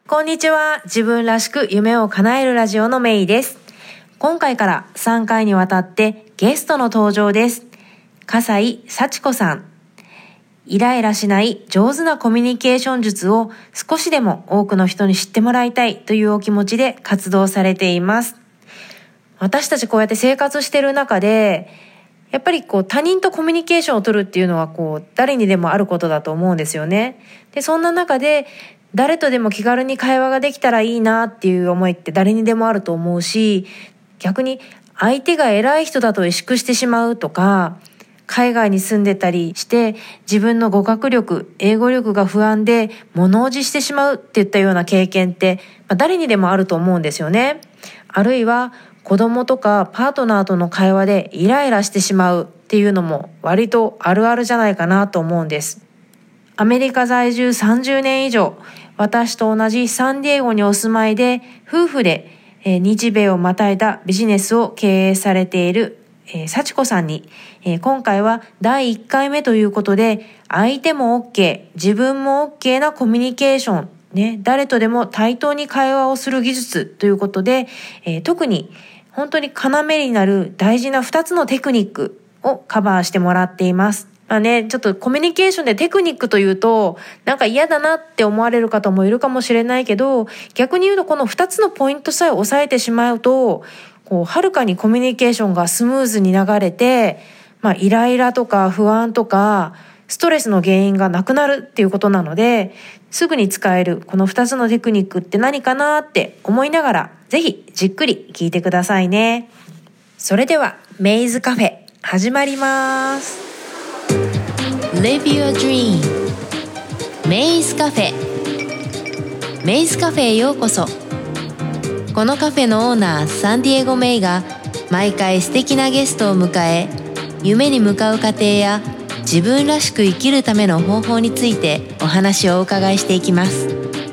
こんにちは。自分らしく夢を叶えるラジオのメイです。今回から3回にわたってゲストの登場です。笠井幸子さん。イライラしない上手なコミュニケーション術を少しでも多くの人に知ってもらいたいというお気持ちで活動されています。私たちこうやって生活している中で、やっぱり他人とコミュニケーションを取るっていうのは誰にでもあることだと思うんですよね。で、そんな中で誰とでも気軽に会話ができたらいいなっていう思いって誰にでもあると思うし、逆に相手が偉い人だと萎縮してしまうとか、海外に住んでたりして自分の語学力、英語力が不安で物おじしてしまうっていったような経験って、誰にでもあると思うんですよね。あるいは子供とかパートナーとの会話でイライラしてしまうっていうのも割とあるあるじゃないかなと思うんです。アメリカ在住30年以上、私と同じサンディエゴにお住まいで、夫婦で日米をまたいだビジネスを経営されている幸子さんに、今回は第1回目ということで、相手も OK、自分も OK なコミュニケーション、誰とでも対等に会話をする技術ということで、特に本当に要になる大事な2つのテクニックをカバーしてもらっています。ちょっとコミュニケーションでテクニックというと、なんか嫌だなって思われる方もいるかもしれないけど、逆に言うとこの2つのポイントさえ押さえてしまうと、はるかにコミュニケーションがスムーズに流れて、イライラとか不安とか、ストレスの原因がなくなるっていうことなので、すぐに使えるこの2つのテクニックって何かなって思いながら、ぜひじっくり聞いてくださいね。それでは、メイズカフェ始まります。 Live your dream メイズカフェ。メイズカフェへようこそ。このカフェのオーナーサンディエゴメイが毎回素敵なゲストを迎え、夢に向かう過程や自分らしく生きるための方法についてお話をお伺いしていきます。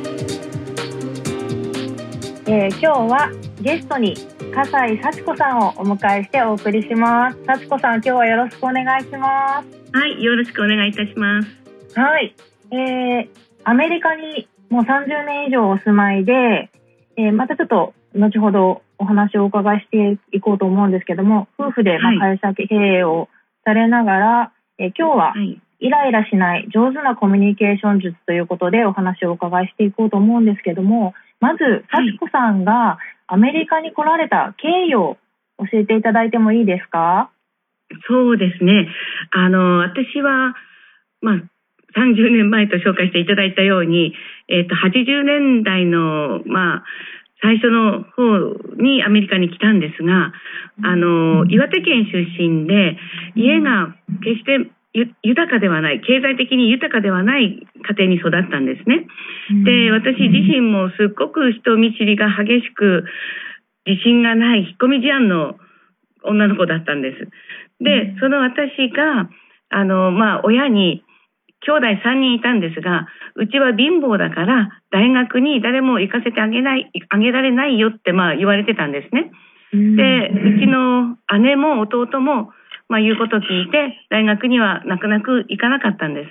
今日はゲストに笠井幸子さんをお迎えしてお送りします。幸子さん、今日はよろしくお願いします。 はい、よろしくお願いいたします。 はい、アメリカにもう30年以上お住まいで、またちょっと後ほどお話をお伺いしていこうと思うんですけども、夫婦で会社経営をされながら、今日はイライラしない上手なコミュニケーション術ということでお話をお伺いしていこうと思うんですけども、まず幸子さんがアメリカに来られた経緯を教えていただいてもいいですか？ そうですね。私は、30年前と紹介していただいたように、80年代の、最初の方にアメリカに来たんですが、岩手県出身で、家が決して豊かではない、経済的に豊かではない家庭に育ったんですね。で、私自身もすっごく人見知りが激しく、自信がない引っ込み思案の女の子だったんです。で、その私が、親に兄弟3人いたんですが、うちは貧乏だから大学に誰も行かせてあげられないよって言われてたんですね。で、うちの姉も弟も言うことを聞いて大学には泣く泣く行かなかったんです。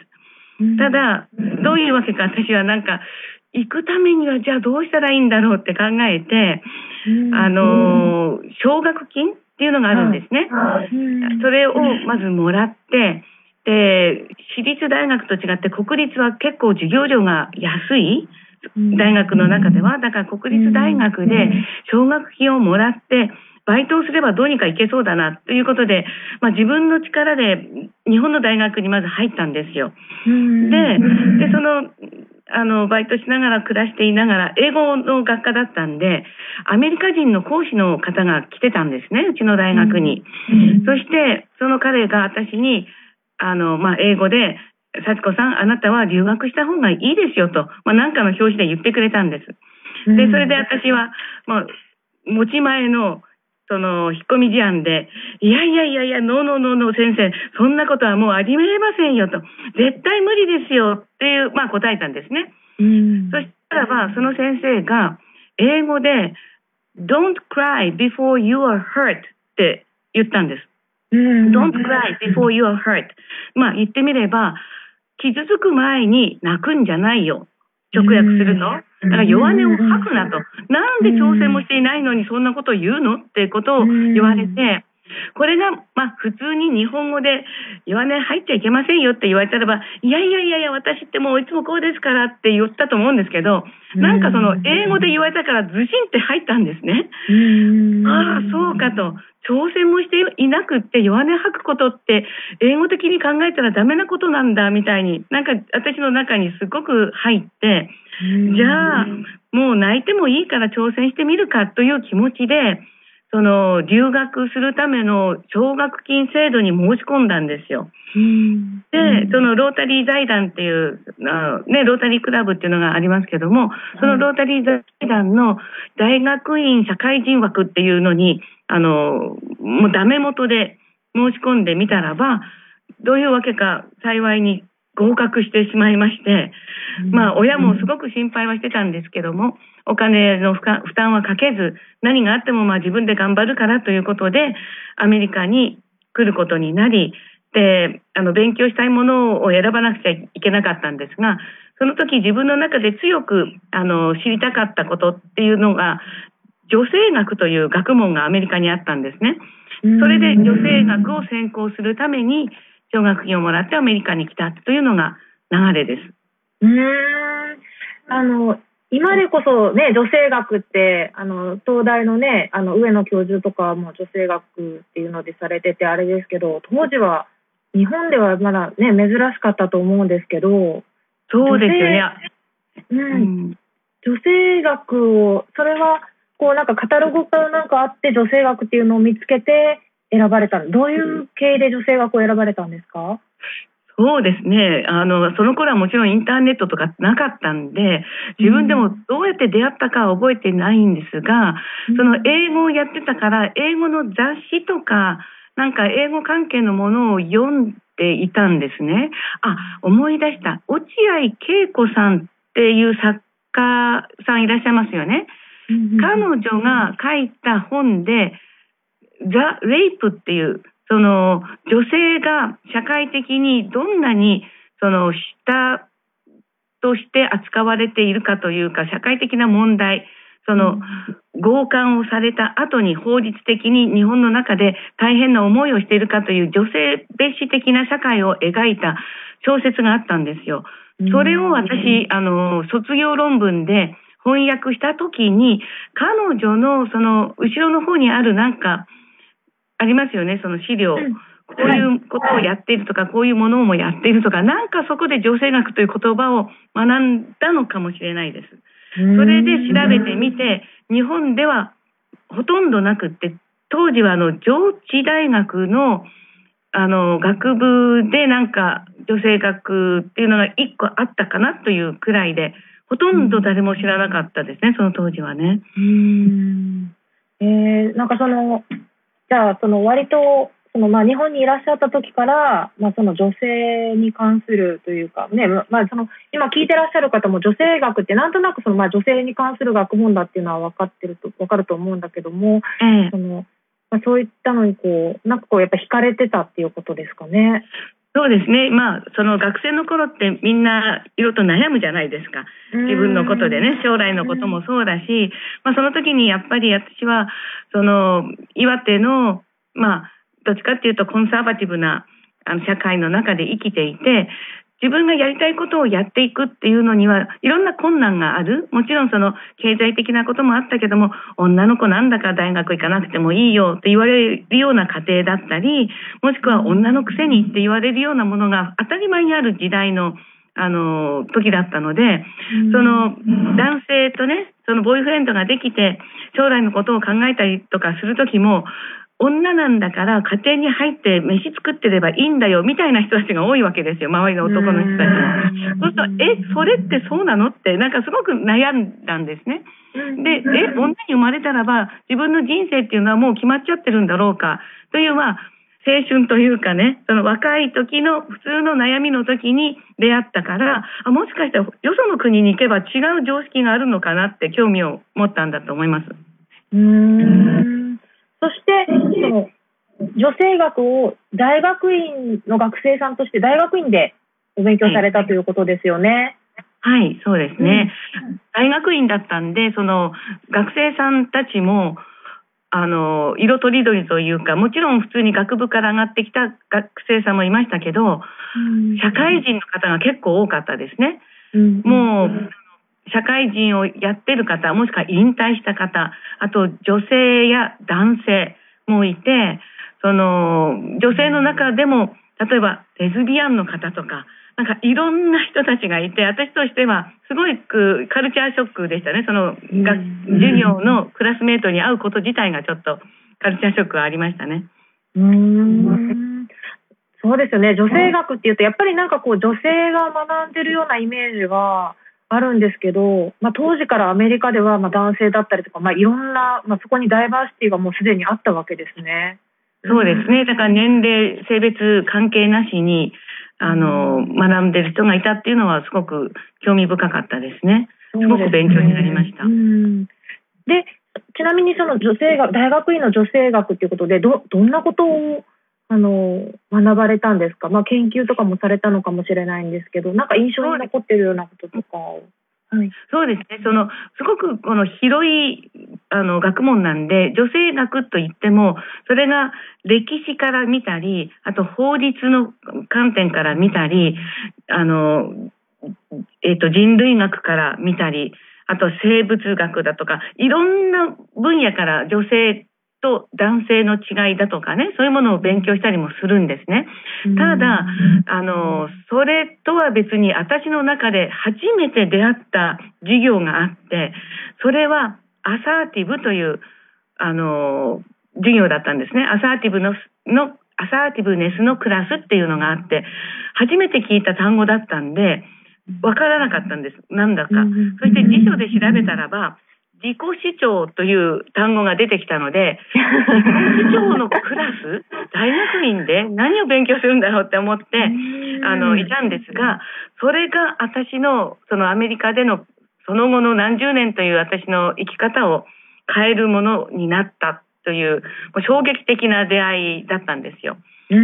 ただ、どういうわけか私は行くためにはじゃあどうしたらいいんだろうって考えて、奨学金っていうのがあるんですね。それをまずもらって、で、私立大学と違って国立は結構授業料が安い大学の中では、だから国立大学で奨学金をもらってバイトをすればどうにか行けそうだなということで、自分の力で日本の大学にまず入ったんですよ。で、そのバイトしながら暮らしていながら英語の学科だったんで、アメリカ人の講師の方が来てたんですね、うちの大学に。そしてその彼が私に英語で、幸子さん、あなたは留学した方がいいですよと、なんかの表紙で言ってくれたんです。で、それで私は、持ち前の、引っ込み思案で、いや、ノー先生、そんなことはもうありえませんよと、絶対無理ですよっていう、答えたんですね。そしたらば、その先生が、英語で、Don't cry before you are hurt って言ったんです。Don't cry before you are hurt。言ってみれば、傷つく前に泣くんじゃないよ。直訳すると、 だから弱音を吐くなと。なんで挑戦もしていないのにそんなことを言うのってことを言われて、これが、普通に日本語で弱音入っちゃいけませんよって言われたらば、いや、私ってもういつもこうですからって言ったと思うんですけど、なんかその英語で言われたからズシンって入ったんですね。ああ、そうかと。挑戦もしていなくって弱音吐くことって英語的に考えたらダメなことなんだみたいに、なんか私の中にすごく入って、じゃあもう泣いてもいいから挑戦してみるかという気持ちで、その留学するための奨学金制度に申し込んだんですよ。で、そのロータリー財団っていうロータリークラブっていうのがありますけども、そのロータリー財団の大学院社会人枠っていうのにもうダメ元で申し込んでみたらば、どういうわけか幸いに合格してしまいまして、親もすごく心配はしてたんですけども、お金の負担はかけず、何があっても自分で頑張るからということでアメリカに来ることになり、で勉強したいものを選ばなくちゃいけなかったんですが、その時自分の中で強く知りたかったことっていうのが、女性学という学問がアメリカにあったんですね。それで女性学を専攻するために奨学金をもらってアメリカに来たというのが流れです。 今でこそね、女性学って東大のね上野教授とかも女性学っていうのでされててあれですけど、当時は日本ではまだね珍しかったと思うんですけど。 そうですよね。 女性学を、それはこうなんかカタログかなんかあって女性学っていうのを見つけて選ばれた。どういう経緯で女性学を選ばれたんですか？ そうですね。その頃はもちろんインターネットとかなかったんで、自分でもどうやって出会ったかは覚えてないんですが、その英語をやってたから、英語の雑誌とか、なんか英語関係のものを読んでいたんですね。思い出した。落合恵子さんっていう作家さんいらっしゃいますよね。彼女が書いた本で、ザ・レイプっていう、その女性が社会的にどんなにその下として扱われているかというか、社会的な問題、その強姦をされた後に法律的に日本の中で大変な思いをしているかという女性蔑視的な社会を描いた小説があったんですよ。それを私卒業論文で翻訳した時に、彼女のその後ろの方にあるなんかありますよね、その資料、こういうことをやっているとか、こういうものもやっているとか、なんかそこで女性学という言葉を学んだのかもしれないです。それで調べてみて、日本ではほとんどなくって、当時は上智大学の学部でなんか女性学っていうのが1個あったかなというくらいで、ほとんど誰も知らなかったですね、その当時はね。 なんかじゃあ割と日本にいらっしゃった時から、その女性に関するというかね、今聞いてらっしゃる方も女性学ってなんとなく女性に関する学問だっていうのは分かると思うんだけども、そういったのになんかやっぱ惹かれてたっていうことですかね。 そうですね。その学生の頃ってみんないろいろと悩むじゃないですか。自分のことでね、将来のこともそうだし、その時にやっぱり私は岩手のどっちかっていうとコンサバティブな社会の中で生きていて、自分がやりたいことをやっていくっていうのにはいろんな困難がある。もちろんその経済的なこともあったけども、女の子なんだか大学行かなくてもいいよって言われるような家庭だったり、もしくは女のくせにって言われるようなものが当たり前にある時代の時だったので、その男性とね、そのボーイフレンドができて将来のことを考えたりとかする時も、女なんだから家庭に入って飯作ってればいいんだよみたいな人たちが多いわけですよ、周りの男の人たちも。そうするとそれってそうなのってなんかすごく悩んだんですね。で女に生まれたらば自分の人生っていうのはもう決まっちゃってるんだろうかという青春というかね、その若い時の普通の悩みの時に出会ったから、もしかしたらよその国に行けば違う常識があるのかなって興味を持ったんだと思います。 そして女性学を大学院の学生さんとして大学院でお勉強されたということですよね。 はい、そうですね。大学院だったんで、その学生さんたちも色とりどりというか、もちろん普通に学部から上がってきた学生さんもいましたけど、社会人の方が結構多かったですね。もう社会人をやってる方、もしくは引退した方、あと女性や男性もいて、その女性の中でも例えばレズビアンの方とか、なんかいろんな人たちがいて、私としてはすごいカルチャーショックでしたね。その授業のクラスメートに会うこと自体がちょっとカルチャーショックがありましたね。 そうですよね。女性学っていうとやっぱりなんかこう女性が学んでるようなイメージがあるんですけど、当時からアメリカでは男性だったりとか、いろんな、そこにダイバーシティがもうすでにあったわけですね。 そうですね。だから年齢、性別関係なしに学んでる人がいたっていうのはすごく興味深かったですね。すごく勉強になりました。 で、ちなみにその女性学、大学院の女性学っていうことでどんなことを学ばれたんですか？研究とかもされたのかもしれないんですけど、なんか印象に残ってるようなこととかを。 はい、そうですね。すごくこの広い学問なんで、女性学といってもそれが歴史から見たり、あと法律の観点から見たり、人類学から見たり、あと生物学だとか、いろんな分野から女性と男性の違いだとかね、そういうものを勉強したりもするんですね。ただそれとは別に私の中で初めて出会った授業があって、それはアサーティブという授業だったんですね。アサーティブネスのクラスっていうのがあって、初めて聞いた単語だったんでわからなかったんです。なんだか。そして辞書で調べたらば、自己主張という単語が出てきたので、自己主張のクラス、大学院で何を勉強するんだろうって思っていたんですが、それが私のそのアメリカでのその後の何十年という私の生き方を変えるものになったという、衝撃的な出会いだったんですよ。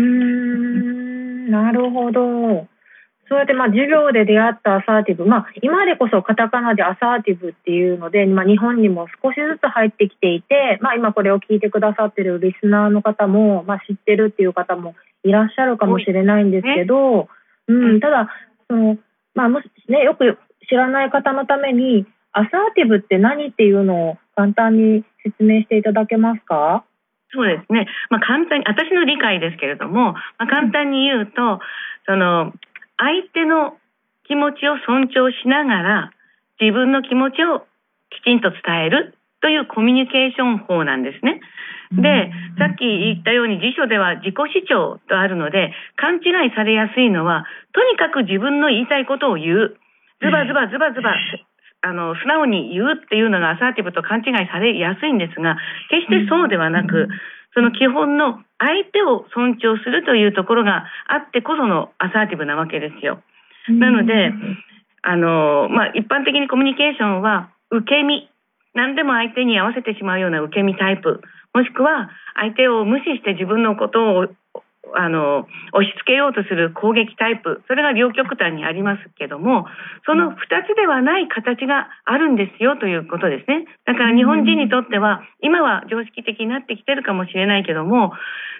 なるほど。そうやって授業で出会ったアサーティブ、今でこそカタカナでアサーティブっていうので、日本にも少しずつ入ってきていて、今これを聞いてくださってるリスナーの方も、知ってるっていう方もいらっしゃるかもしれないんですけど、ただもしね、よく知らない方のためにアサーティブって何っていうのを簡単に説明していただけますか？ そうですね。簡単に、私の理解ですけれども、簡単に言うと、相手の気持ちを尊重しながら自分の気持ちをきちんと伝えるというコミュニケーション法なんですね。で、さっき言ったように辞書では自己主張とあるので、勘違いされやすいのは、とにかく自分の言いたいことを言う、ズバズバ素直に言うっていうのがアサーティブと勘違いされやすいんですが、決してそうではなく、その基本の相手を尊重するというところがあってこそのアサーティブなわけですよ。なので一般的にコミュニケーションは受け身、何でも相手に合わせてしまうような受け身タイプ、もしくは相手を無視して自分のことを押し付けようとする攻撃タイプ、それが両極端にありますけども、その2つではない形があるんですよということですね。だから日本人にとっては今は常識的になってきてるかもしれないけども、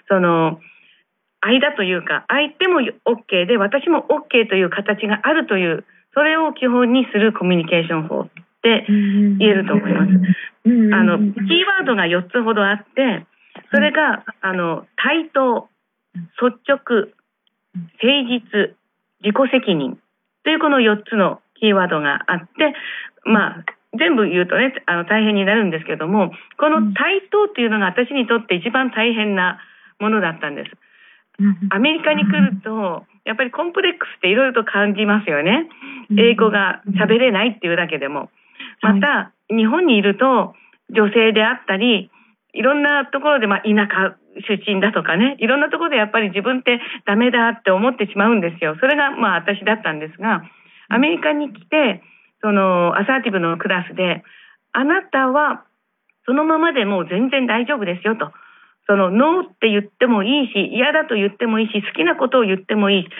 間というか、相手も OK で私も OK という形があるという、それを基本にするコミュニケーション法って言えると思います。キーワードが4つほどあって、それが対等、率直、誠実、自己責任というこの4つのキーワードがあって、全部言うとね大変になるんですけども、この対等というのが私にとって一番大変なものだったんです。アメリカに来るとやっぱりコンプレックスっていろいろと感じますよね。英語が喋れないっていうだけでも、また日本にいると女性であったり、いろんなところで田舎出身だとかね、いろんなところでやっぱり自分ってダメだって思ってしまうんですよ。それが私だったんですが、アメリカに来てそのアサーティブのクラスで、あなたはそのままでもう全然大丈夫ですよと、ノーって言ってもいいし、嫌だと言ってもいいし、好きなことを言ってもいいし、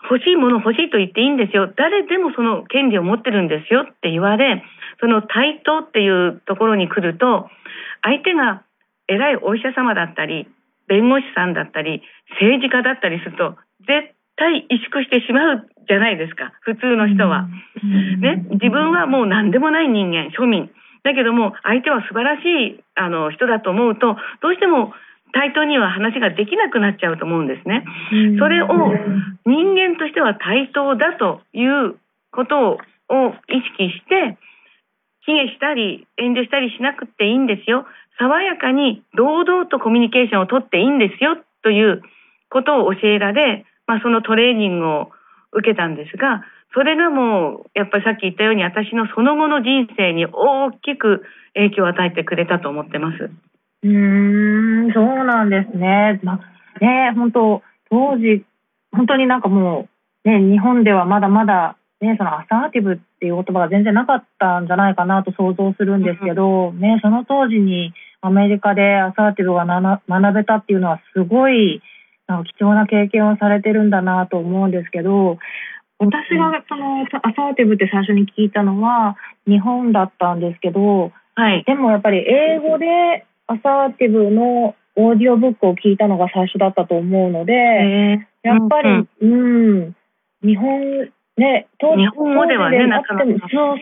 欲しいもの欲しいと言っていいんですよ。誰でもその権利を持ってるんですよって言われ、その対等っていうところに来ると、相手が偉いお医者様だったり、弁護士さんだったり、政治家だったりすると、絶対萎縮してしまうじゃないですか、普通の人は。ね、自分はもう何でもない人間、庶民。だけども、相手は素晴らしい人だと思うと、どうしても対等には話ができなくなっちゃうと思うんですね。それを人間としては対等だということを意識して、卑下したり遠慮したりしなくていいんですよ。爽やかに堂々とコミュニケーションをとっていいんですよということを教えられ、そのトレーニングを受けたんですが、それがもうやっぱりさっき言ったように私のその後の人生に大きく影響を与えてくれたと思ってます。 そうなんですね。本当当時本当になんかもうね、日本ではまだまだね、そのアサーティブっていう言葉が全然なかったんじゃないかなと想像するんですけど、ね、その当時にアメリカでアサーティブが学べたっていうのはすごいなんか貴重な経験をされてるんだなと思うんですけど、私がそのアサーティブって最初に聞いたのは日本だったんですけど、でもやっぱり英語でアサーティブのオーディオブックを聞いたのが最初だったと思うので、やっぱり、日本ね、 日本語ではね、なかなか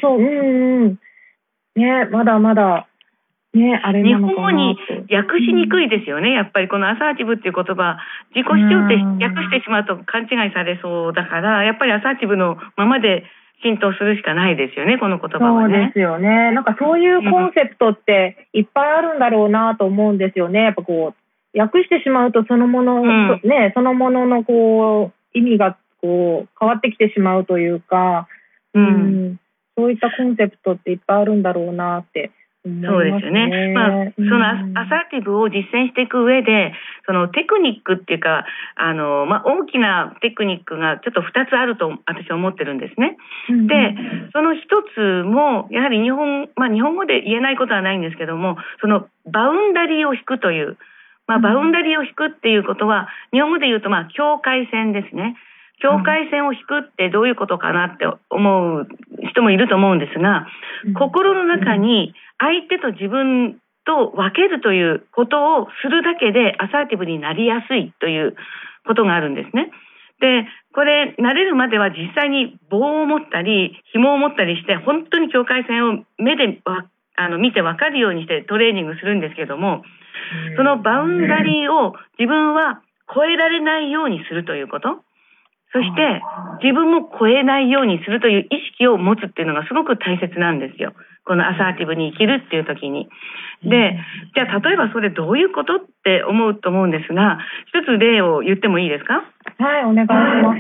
ね、まだまだね、あれなのかなと。日本語に訳しにくいですよね。やっぱりこのアサーティブっていう言葉、自己主張って訳してしまうと勘違いされそうだから、やっぱりアサーティブのままで浸透するしかないですよね、この言葉はね。 そうですよね。なんかそういうコンセプトっていっぱいあるんだろうなと思うんですよね。やっぱこう訳してしまうとそのもの、そのもののこう意味がこう変わってきてしまうというか、そういったコンセプトっていっぱいあるんだろうなって思いますね。 そうですよね。そのアサーティブを実践していく上で、そのテクニックっていうか、大きなテクニックがちょっと2つあると私は思ってるんですね。で、その一つもやはり日本語で言えないことはないんですけども、そのバウンダリーを引くという、バウンダリーを引くっていうことは日本語で言うと境界線ですね。境界線を引くってどういうことかなって思う人もいると思うんですが、心の中に相手と自分と分けるということをするだけでアサーティブになりやすいということがあるんですね。で、これ慣れるまでは実際に棒を持ったり紐を持ったりして本当に境界線を目で見て分かるようにしてトレーニングするんですけども、そのバウンダリーを自分は超えられないようにするということ、そして自分も超えないようにするという意識を持つっていうのがすごく大切なんですよ。このアサーティブに生きるっていう時に。で、じゃあ例えばそれどういうことって思うと思うんですが、一つ例を言ってもいいですか？ はい、お願いします。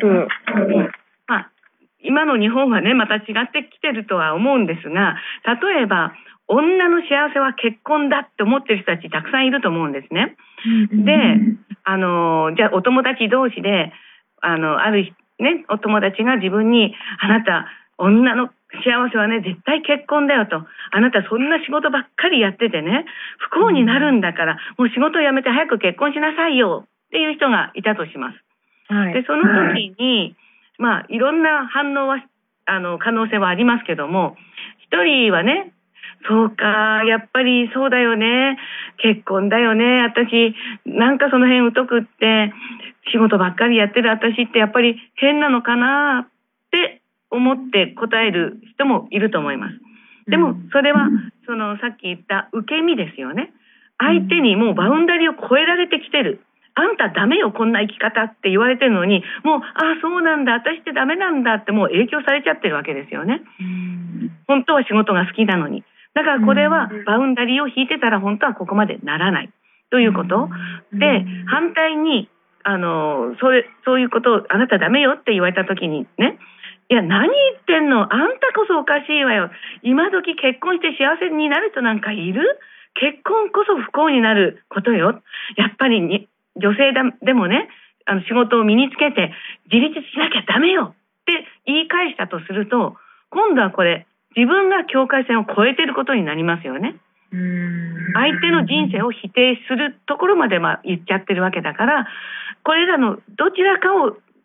今の日本はね、また違ってきてるとは思うんですが、例えば女の幸せは結婚だって思ってる人たちたくさんいると思うんですね。で、じゃあお友達同士であるね、お友達が自分にあなた女の幸せはね絶対結婚だよと、あなたそんな仕事ばっかりやっててね不幸になるんだからもう仕事を辞めて早く結婚しなさいよっていう人がいたとします。でその時に、いろんな反応は可能性はありますけども、一人はね、そうかやっぱりそうだよね、結婚だよね、私なんかその辺疎くって仕事ばっかりやってる私ってやっぱり変なのかなって思って答える人もいると思います。でもそれはそのさっき言った受け身ですよね。相手にもうバウンダリーを超えられてきてる、あんたダメよこんな生き方って言われてるのに、もうそうなんだ私ってダメなんだってもう影響されちゃってるわけですよね。本当は仕事が好きなのに。だからこれはバウンダリーを引いてたら本当はここまでならないということで、反対にそういうことをあなたダメよって言われた時にね、いや何言ってんの、あんたこそおかしいわよ、今時結婚して幸せになる人なんかいる？結婚こそ不幸になることよ。やっぱり女性でもね、仕事を身につけて自立しなきゃダメよって言い返したとすると、今度はこれ自分が境界線を越えていることになりますよね。相手の人生を否定するところまで言っちゃってるわけだから、これらのどちらかを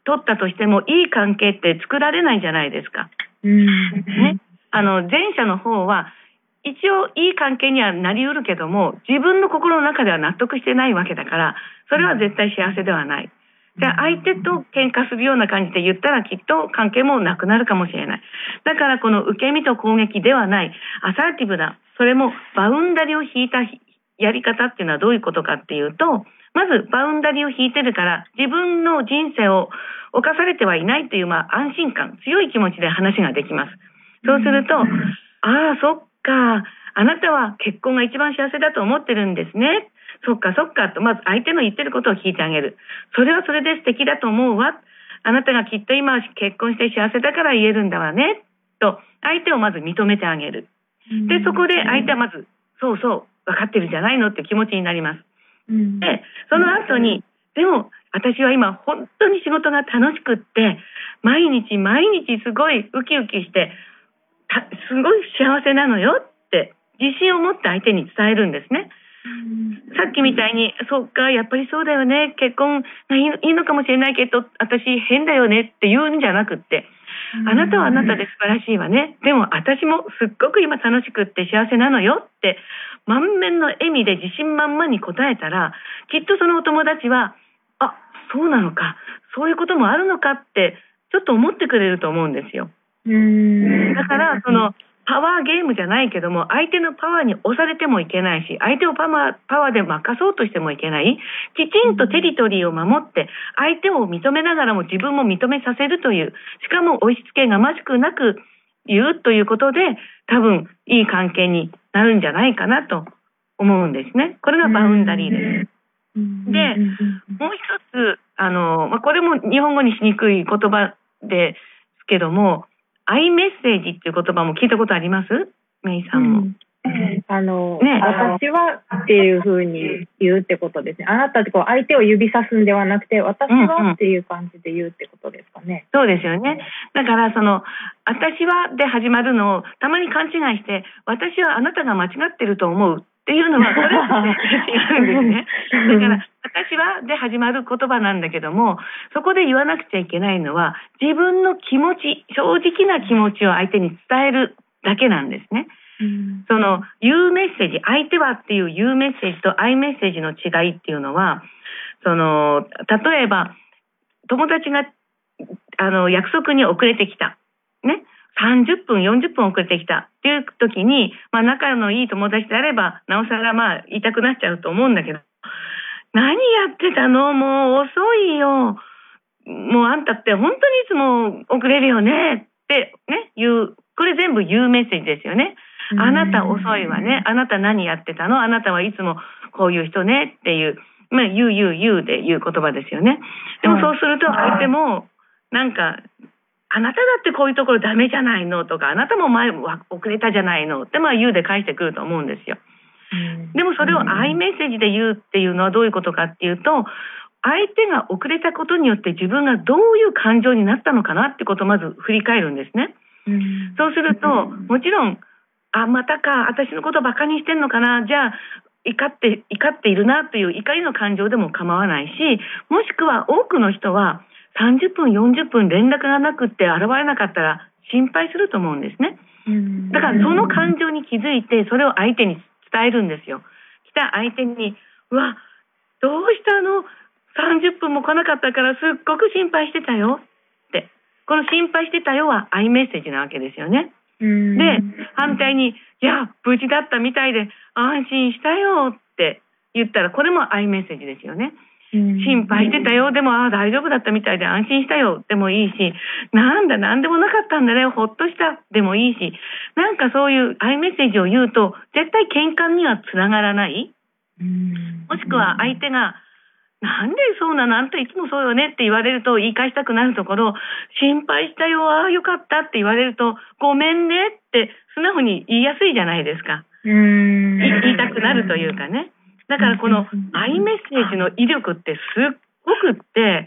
取ったとしてもいい関係って作られないじゃないですか。ね、前者の方は一応いい関係にはなりうるけども、自分の心の中では納得してないわけだから、それは絶対幸せではない。じゃあ相手と喧嘩するような感じで言ったらきっと関係もなくなるかもしれない。だからこの受け身と攻撃ではないアサーティブな、それもバウンダリを引いたやり方っていうのはどういうことかっていうと、まずバウンダリを引いてるから自分の人生を侵されてはいないという、安心感、強い気持ちで話ができます。そうすると、そっか、あなたは結婚が一番幸せだと思ってるんですね。そっかそっかと、まず相手の言ってることを聞いてあげる。それはそれで素敵だと思うわ。あなたがきっと今結婚して幸せだから言えるんだわね。と、相手をまず認めてあげる。で、そこで相手はまず、そうそう、分かってるじゃないのって気持ちになります。で、その後に、でも私は今本当に仕事が楽しくって、毎日毎日すごいウキウキして、すごい幸せなのよって自信を持って相手に伝えるんですね。さっきみたいに、そっか、やっぱりそうだよね、結婚がいいのかもしれないけど、私変だよねって言うんじゃなくって、あなたはあなたで素晴らしいわね。でも私もすっごく今楽しくって幸せなのよって、満面の笑みで自信満々に答えたら、きっとそのお友達は、そうなのか、そういうこともあるのかって、ちょっと思ってくれると思うんですよ。だから、その、パワーゲームじゃないけども、相手のパワーに押されてもいけないし、相手をパワーで任そうとしてもいけない。きちんとテリトリーを守って、相手を認めながらも自分も認めさせるという、しかも押し付けがましくなく言うということで、多分いい関係になるんじゃないかなと思うんですね。これがバウンダリーです。で、もう一つ、これも日本語にしにくい言葉ですけども、アイメッセージっていう言葉も聞いたことあります？メイさんも。 私はっていうふうに言うってことですね。あなたってこう相手を指さすんではなくて、私はっていう感じで言うってことですかね。 そうですよね。だから私はで始まるのをたまに勘違いして、私はあなたが間違ってると思うっていうのは、これは違うんですね。だから、私はで始まる言葉なんだけども、そこで言わなくちゃいけないのは、自分の気持ち、正直な気持ちを相手に伝えるだけなんですね。言うメッセージ、相手はっていう言うメッセージとアイメッセージの違いっていうのは、例えば、友達が、約束に遅れてきた。ね。30分、40分遅れてきたっていう時に、仲のいい友達であれば、なおさら言いたくなっちゃうと思うんだけど、何やってたの？もう遅いよ。もうあんたって本当にいつも遅れるよねってね、これ全部言うメッセージですよね。あなた遅いわね。あなた何やってたの？あなたはいつもこういう人ねっていう、言うで言う言葉ですよね。でもそうすると相手も、あなただってこういうところダメじゃないのとか、あなたも前遅れたじゃないのって言うで返してくると思うんですよ。でもそれをアイメッセージで言うっていうのはどういうことかっていうと、相手が遅れたことによって自分がどういう感情になったのかなってことをまず振り返るんですね。そうすると、もちろん、またか、私のことバカにしてんのかな、じゃあ怒っているなという怒りの感情でも構わないし、もしくは多くの人は30分40分連絡がなくって現れなかったら心配すると思うんですね。だからその感情に気づいてそれを相手に伝えるんですよ。来た相手に、うわ、どうしたの？30分も来なかったからすっごく心配してたよって。この心配してたよはアイメッセージなわけですよね。で、反対に、いや、無事だったみたいで安心したよって言ったら、これもアイメッセージですよね。心配してたよ、でも大丈夫だったみたいで安心したよでもいいし、なんでもなかったんだね、ほっとしたでもいいし、そういうアイメッセージを言うと絶対喧嘩にはつながらない。もしくは相手がなんでそうなの、あんたいつもそうよねって言われると言い返したくなるところ、心配したよ、よかったって言われるとごめんねって素直に言いやすいじゃないですか。言いたくなるというかね。だからこのアイメッセージの威力ってすっごくって、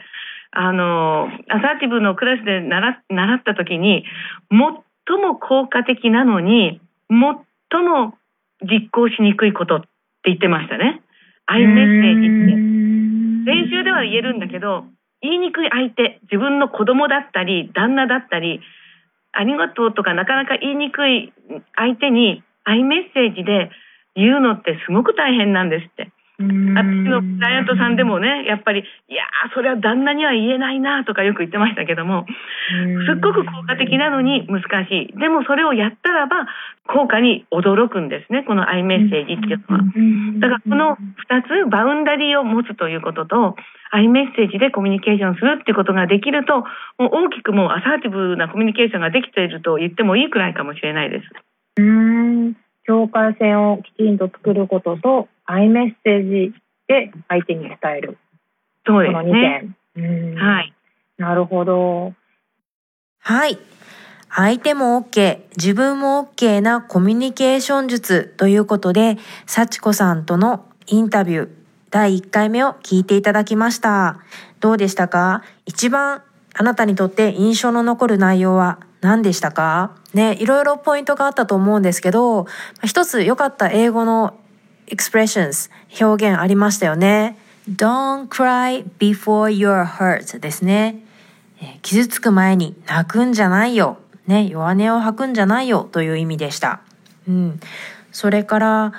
アサーティブのクラスで習った時に、最も効果的なのに最も実行しにくいことって言ってましたね。アイメッセージって練習では言えるんだけど、 言いにくい相手、自分の子供だったり旦那だったり、ありがとうとかなかなか言いにくい相手にアイメッセージで言うのってすごく大変なんですって。私のクライアントさんでもね、やっぱりそれは旦那には言えないなとかよく言ってましたけども、すっごく効果的なのに難しい。でもそれをやったらば効果に驚くんですね、このアイメッセージっていうのは。だからこの2つ、バウンダリーを持つということとアイメッセージでコミュニケーションするっていうことができると、もう大きくもうアサーティブなコミュニケーションができていると言ってもいいくらいかもしれないです。 境界線をきちんと作ることとアイメッセージで相手に伝える。 そうですね。 この2点。 はい。 なるほど。 はい。相手も OK、自分も OK なコミュニケーション術ということで、幸子さんとのインタビュー第1回目を聞いていただきました。どうでしたか？一番あなたにとって印象の残る内容は何でしたか？ね、いろいろポイントがあったと思うんですけど、一つ良かった英語のexpressions、表現ありましたよね。Don't cry before you're hurt ですね。傷つく前に泣くんじゃないよ。ね、弱音を吐くんじゃないよという意味でした。それから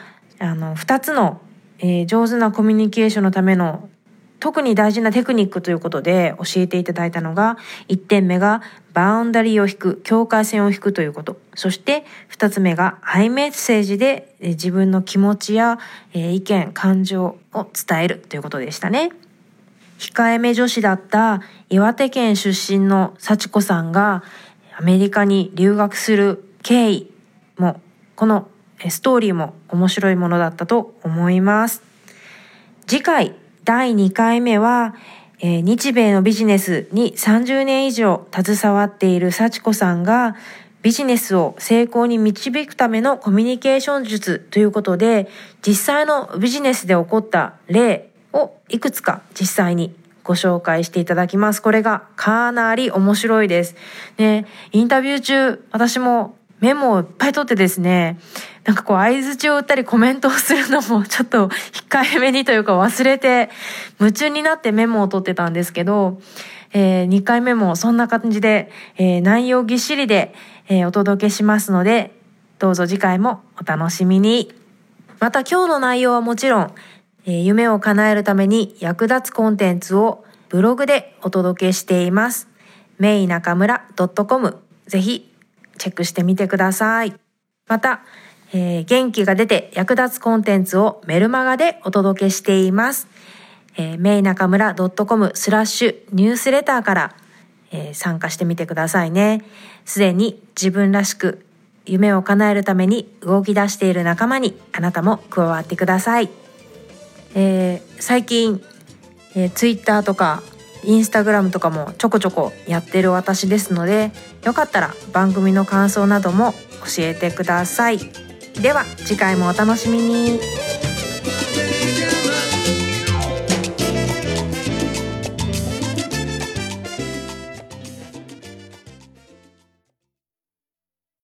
2つの、上手なコミュニケーションのための特に大事なテクニックということで教えていただいたのが、1点目がバウンダリーを引く、境界線を引くということ。そして2つ目がアイメッセージで自分の気持ちや意見、感情を伝えるということでしたね。控えめ女子だった岩手県出身の幸子さんがアメリカに留学する経緯も、このストーリーも面白いものだったと思います。次回第2回目は、日米のビジネスに30年以上携わっている幸子さんがビジネスを成功に導くためのコミュニケーション術ということで、実際のビジネスで起こった例をいくつか実際にご紹介していただきます。これがかなり面白いです。ね、インタビュー中、私もメモをいっぱい取ってですね、相槌を打ったりコメントをするのもちょっと控えめにというか忘れて夢中になってメモを取ってたんですけど、2回目もそんな感じで、内容ぎっしりで、お届けしますので、どうぞ次回もお楽しみに。また今日の内容はもちろん、夢を叶えるために役立つコンテンツをブログでお届けしています。meinakamura.com ぜひチェックしてみてください。また、元気が出て役立つコンテンツをメルマガでお届けしています。meinakamura.com/ニュースレターから、参加してみてくださいね。すでに自分らしく夢を叶えるために動き出している仲間にあなたも加わってください。最近、Twitter とかインスタグラムとかもちょこちょこやってる私ですので、よかったら番組の感想なども教えてください。では次回もお楽しみに。